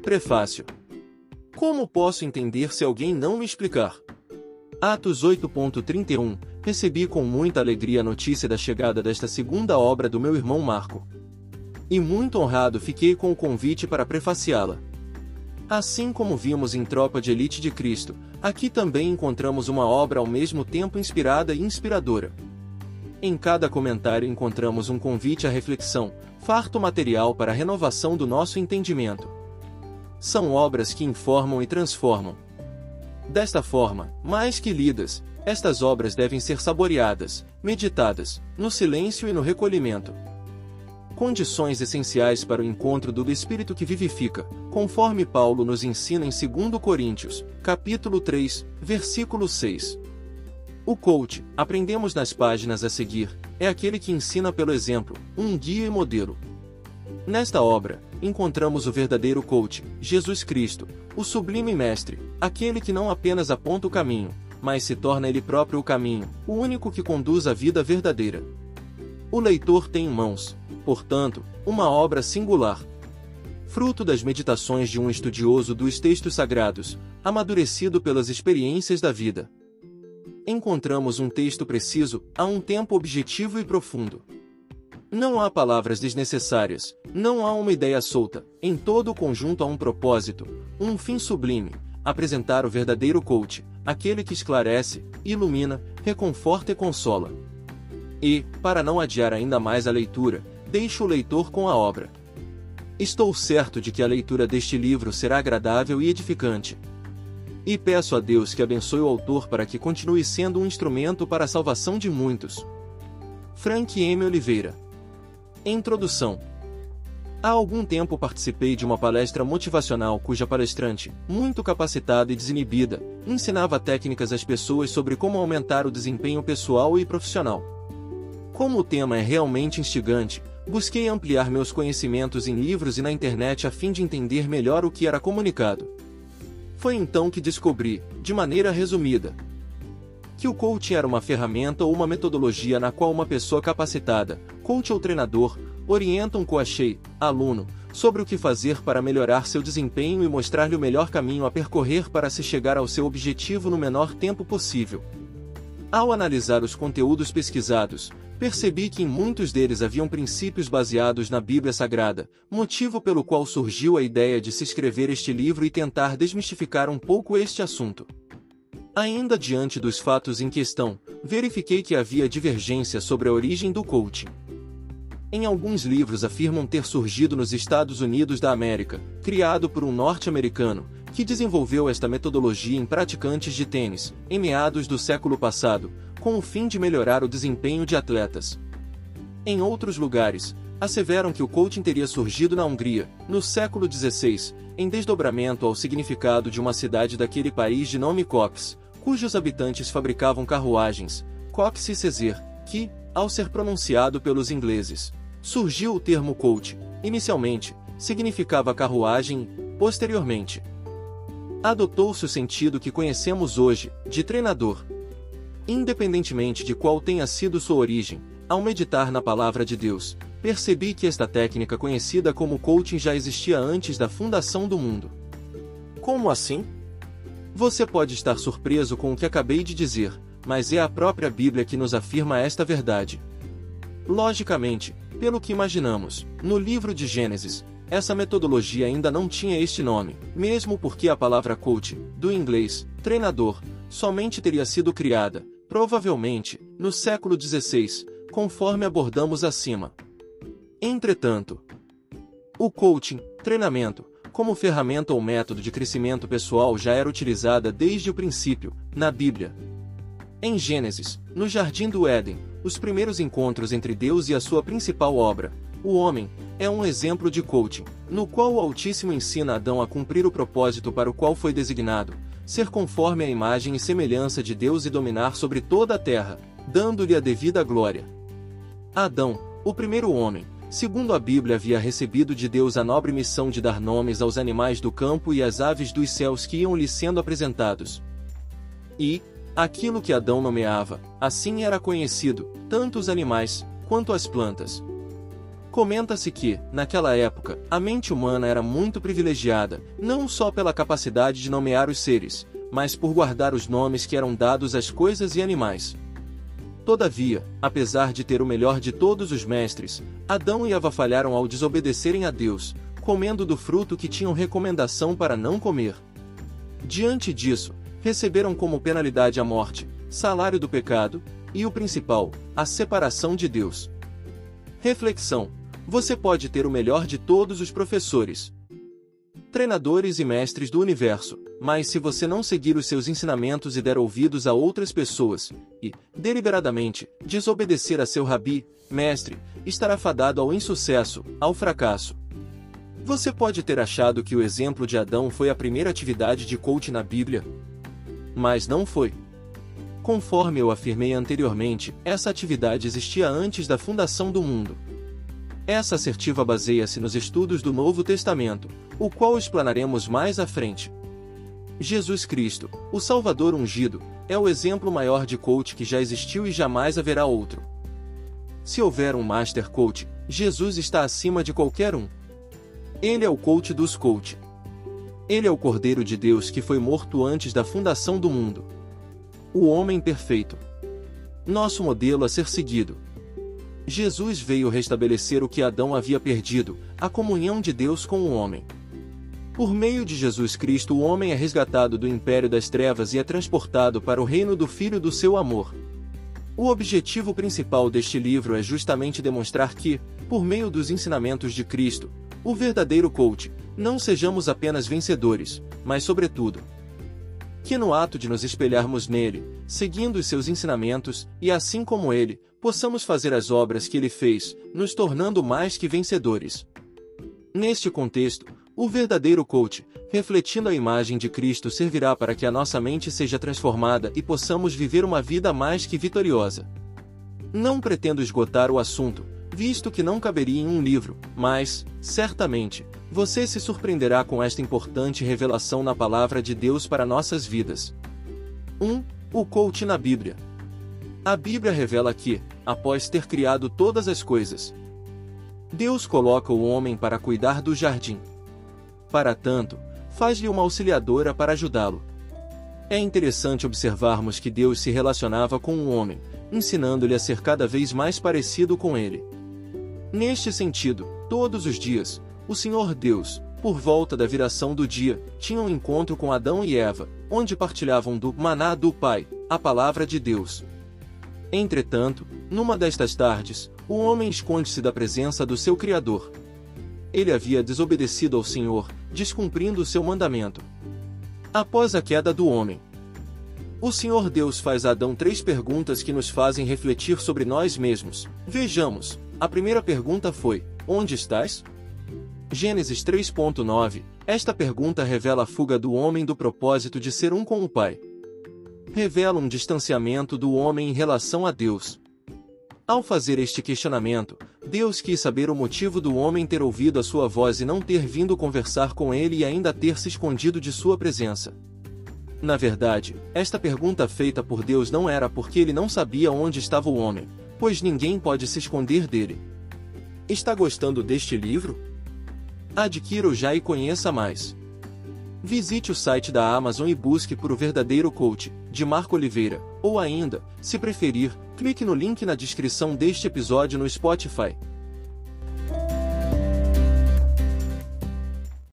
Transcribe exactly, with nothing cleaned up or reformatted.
Prefácio. Como posso entender se alguém não me explicar? Atos oito ponto trinta e um. Recebi com muita alegria a notícia da chegada desta segunda obra do meu irmão Marco. E muito honrado fiquei com o convite para prefaciá-la. Assim como vimos em Tropa de Elite de Cristo, aqui também encontramos uma obra ao mesmo tempo inspirada e inspiradora. Em cada comentário encontramos um convite à reflexão, farto material para a renovação do nosso entendimento. São obras que informam e transformam. Desta forma, mais que lidas, estas obras devem ser saboreadas, meditadas, no silêncio e no recolhimento. Condições essenciais para o encontro do Espírito que vivifica, conforme Paulo nos ensina em dois Coríntios, capítulo três, versículo seis. O coach, aprendemos nas páginas a seguir, é aquele que ensina pelo exemplo, um guia e modelo. Nesta obra, encontramos o verdadeiro coach, Jesus Cristo, o sublime mestre, aquele que não apenas aponta o caminho, mas se torna ele próprio o caminho, o único que conduz à vida verdadeira. O leitor tem em mãos, portanto, uma obra singular. Fruto das meditações de um estudioso dos textos sagrados, amadurecido pelas experiências da vida. Encontramos um texto preciso, a um tempo objetivo e profundo. Não há palavras desnecessárias, não há uma ideia solta, em todo o conjunto há um propósito, um fim sublime, apresentar o verdadeiro coach, aquele que esclarece, ilumina, reconforta e consola. E, para não adiar ainda mais a leitura, deixo o leitor com a obra. Estou certo de que a leitura deste livro será agradável e edificante. E peço a Deus que abençoe o autor para que continue sendo um instrumento para a salvação de muitos. Frank M. Oliveira. Introdução. Há algum tempo participei de uma palestra motivacional cuja palestrante, muito capacitada e desinibida, ensinava técnicas às pessoas sobre como aumentar o desempenho pessoal e profissional. Como o tema é realmente instigante, busquei ampliar meus conhecimentos em livros e na internet a fim de entender melhor o que era comunicado. Foi então que descobri, de maneira resumida, que o coaching era uma ferramenta ou uma metodologia na qual uma pessoa capacitada, coach ou treinador, orienta um coachee, aluno, sobre o que fazer para melhorar seu desempenho e mostrar-lhe o melhor caminho a percorrer para se chegar ao seu objetivo no menor tempo possível. Ao analisar os conteúdos pesquisados, percebi que em muitos deles haviam princípios baseados na Bíblia Sagrada, motivo pelo qual surgiu a ideia de se escrever este livro e tentar desmistificar um pouco este assunto. Ainda diante dos fatos em questão, verifiquei que havia divergência sobre a origem do coaching. Em alguns livros afirmam ter surgido nos Estados Unidos da América, criado por um norte-americano, que desenvolveu esta metodologia em praticantes de tênis, em meados do século passado, com o fim de melhorar o desempenho de atletas. Em outros lugares, asseveram que o coaching teria surgido na Hungria, no século dezesseis, em desdobramento ao significado de uma cidade daquele país de nome Cox, cujos habitantes fabricavam carruagens, Cox e Césaire, que, ao ser pronunciado pelos ingleses, surgiu o termo coach, inicialmente, significava carruagem e, posteriormente, adotou-se o sentido que conhecemos hoje, de treinador. Independentemente de qual tenha sido sua origem, ao meditar na palavra de Deus, percebi que esta técnica conhecida como coaching já existia antes da fundação do mundo. Como assim? Você pode estar surpreso com o que acabei de dizer, mas é a própria Bíblia que nos afirma esta verdade. Logicamente, pelo que imaginamos, no livro de Gênesis, essa metodologia ainda não tinha este nome, mesmo porque a palavra coach, do inglês, treinador, somente teria sido criada, provavelmente, no século dezesseis, conforme abordamos acima. Entretanto, o coaching, treinamento, como ferramenta ou método de crescimento pessoal já era utilizada desde o princípio, na Bíblia. Em Gênesis, no Jardim do Éden, os primeiros encontros entre Deus e a sua principal obra, o homem, é um exemplo de coaching, no qual o Altíssimo ensina Adão a cumprir o propósito para o qual foi designado, ser conforme a imagem e semelhança de Deus e dominar sobre toda a terra, dando-lhe a devida glória. Adão, o primeiro homem, segundo a Bíblia, havia recebido de Deus a nobre missão de dar nomes aos animais do campo e às aves dos céus que iam lhe sendo apresentados. E, aquilo que Adão nomeava, assim era conhecido, tanto os animais, quanto as plantas. Comenta-se que, naquela época, a mente humana era muito privilegiada, não só pela capacidade de nomear os seres, mas por guardar os nomes que eram dados às coisas e animais. Todavia, apesar de ter o melhor de todos os mestres, Adão e Eva falharam ao desobedecerem a Deus, comendo do fruto que tinham recomendação para não comer. Diante disso, receberam como penalidade a morte, salário do pecado, e o principal, a separação de Deus. Reflexão: você pode ter o melhor de todos os professores, treinadores e mestres do universo, mas se você não seguir os seus ensinamentos e der ouvidos a outras pessoas, e, deliberadamente, desobedecer a seu rabi, mestre, estará fadado ao insucesso, ao fracasso. Você pode ter achado que o exemplo de Adão foi a primeira atividade de coach na Bíblia, mas não foi. Conforme eu afirmei anteriormente, essa atividade existia antes da fundação do mundo. Essa assertiva baseia-se nos estudos do Novo Testamento, o qual explanaremos mais à frente. Jesus Cristo, o Salvador ungido, é o exemplo maior de coach que já existiu e jamais haverá outro. Se houver um Master Coach, Jesus está acima de qualquer um. Ele é o coach dos coach. Ele é o Cordeiro de Deus que foi morto antes da fundação do mundo. O homem perfeito. Nosso modelo a ser seguido. Jesus veio restabelecer o que Adão havia perdido, a comunhão de Deus com o homem. Por meio de Jesus Cristo o homem é resgatado do império das trevas e é transportado para o reino do Filho do seu amor. O objetivo principal deste livro é justamente demonstrar que, por meio dos ensinamentos de Cristo, o verdadeiro coach, não sejamos apenas vencedores, mas sobretudo, que no ato de nos espelharmos nele, seguindo os seus ensinamentos, e assim como ele, possamos fazer as obras que ele fez, nos tornando mais que vencedores. Neste contexto, o verdadeiro coach, refletindo a imagem de Cristo, servirá para que a nossa mente seja transformada e possamos viver uma vida mais que vitoriosa. Não pretendo esgotar o assunto, visto que não caberia em um livro, mas, certamente, você se surpreenderá com esta importante revelação na Palavra de Deus para nossas vidas. um. O coach na Bíblia. A Bíblia revela que, após ter criado todas as coisas, Deus coloca o homem para cuidar do jardim. Para tanto, faz-lhe uma auxiliadora para ajudá-lo. É interessante observarmos que Deus se relacionava com o homem, ensinando-lhe a ser cada vez mais parecido com ele. Neste sentido, todos os dias, o Senhor Deus, por volta da viração do dia, tinha um encontro com Adão e Eva, onde partilhavam do maná do Pai, a palavra de Deus. Entretanto, numa destas tardes, o homem esconde-se da presença do seu Criador. Ele havia desobedecido ao Senhor, descumprindo o seu mandamento. Após a queda do homem, o Senhor Deus faz a Adão três perguntas que nos fazem refletir sobre nós mesmos. Vejamos, a primeira pergunta foi: onde estás? Gênesis três ponto nove. Esta pergunta revela a fuga do homem do propósito de ser um com o Pai. Revela um distanciamento do homem em relação a Deus. Ao fazer este questionamento, Deus quis saber o motivo do homem ter ouvido a sua voz e não ter vindo conversar com ele e ainda ter se escondido de sua presença. Na verdade, esta pergunta feita por Deus não era porque ele não sabia onde estava o homem, pois ninguém pode se esconder dele. Está gostando deste livro? Adquira-o já e conheça mais. Visite o site da Amazon e busque por O Verdadeiro Coach, de Marco Oliveira, ou ainda, se preferir, clique no link na descrição deste episódio no Spotify.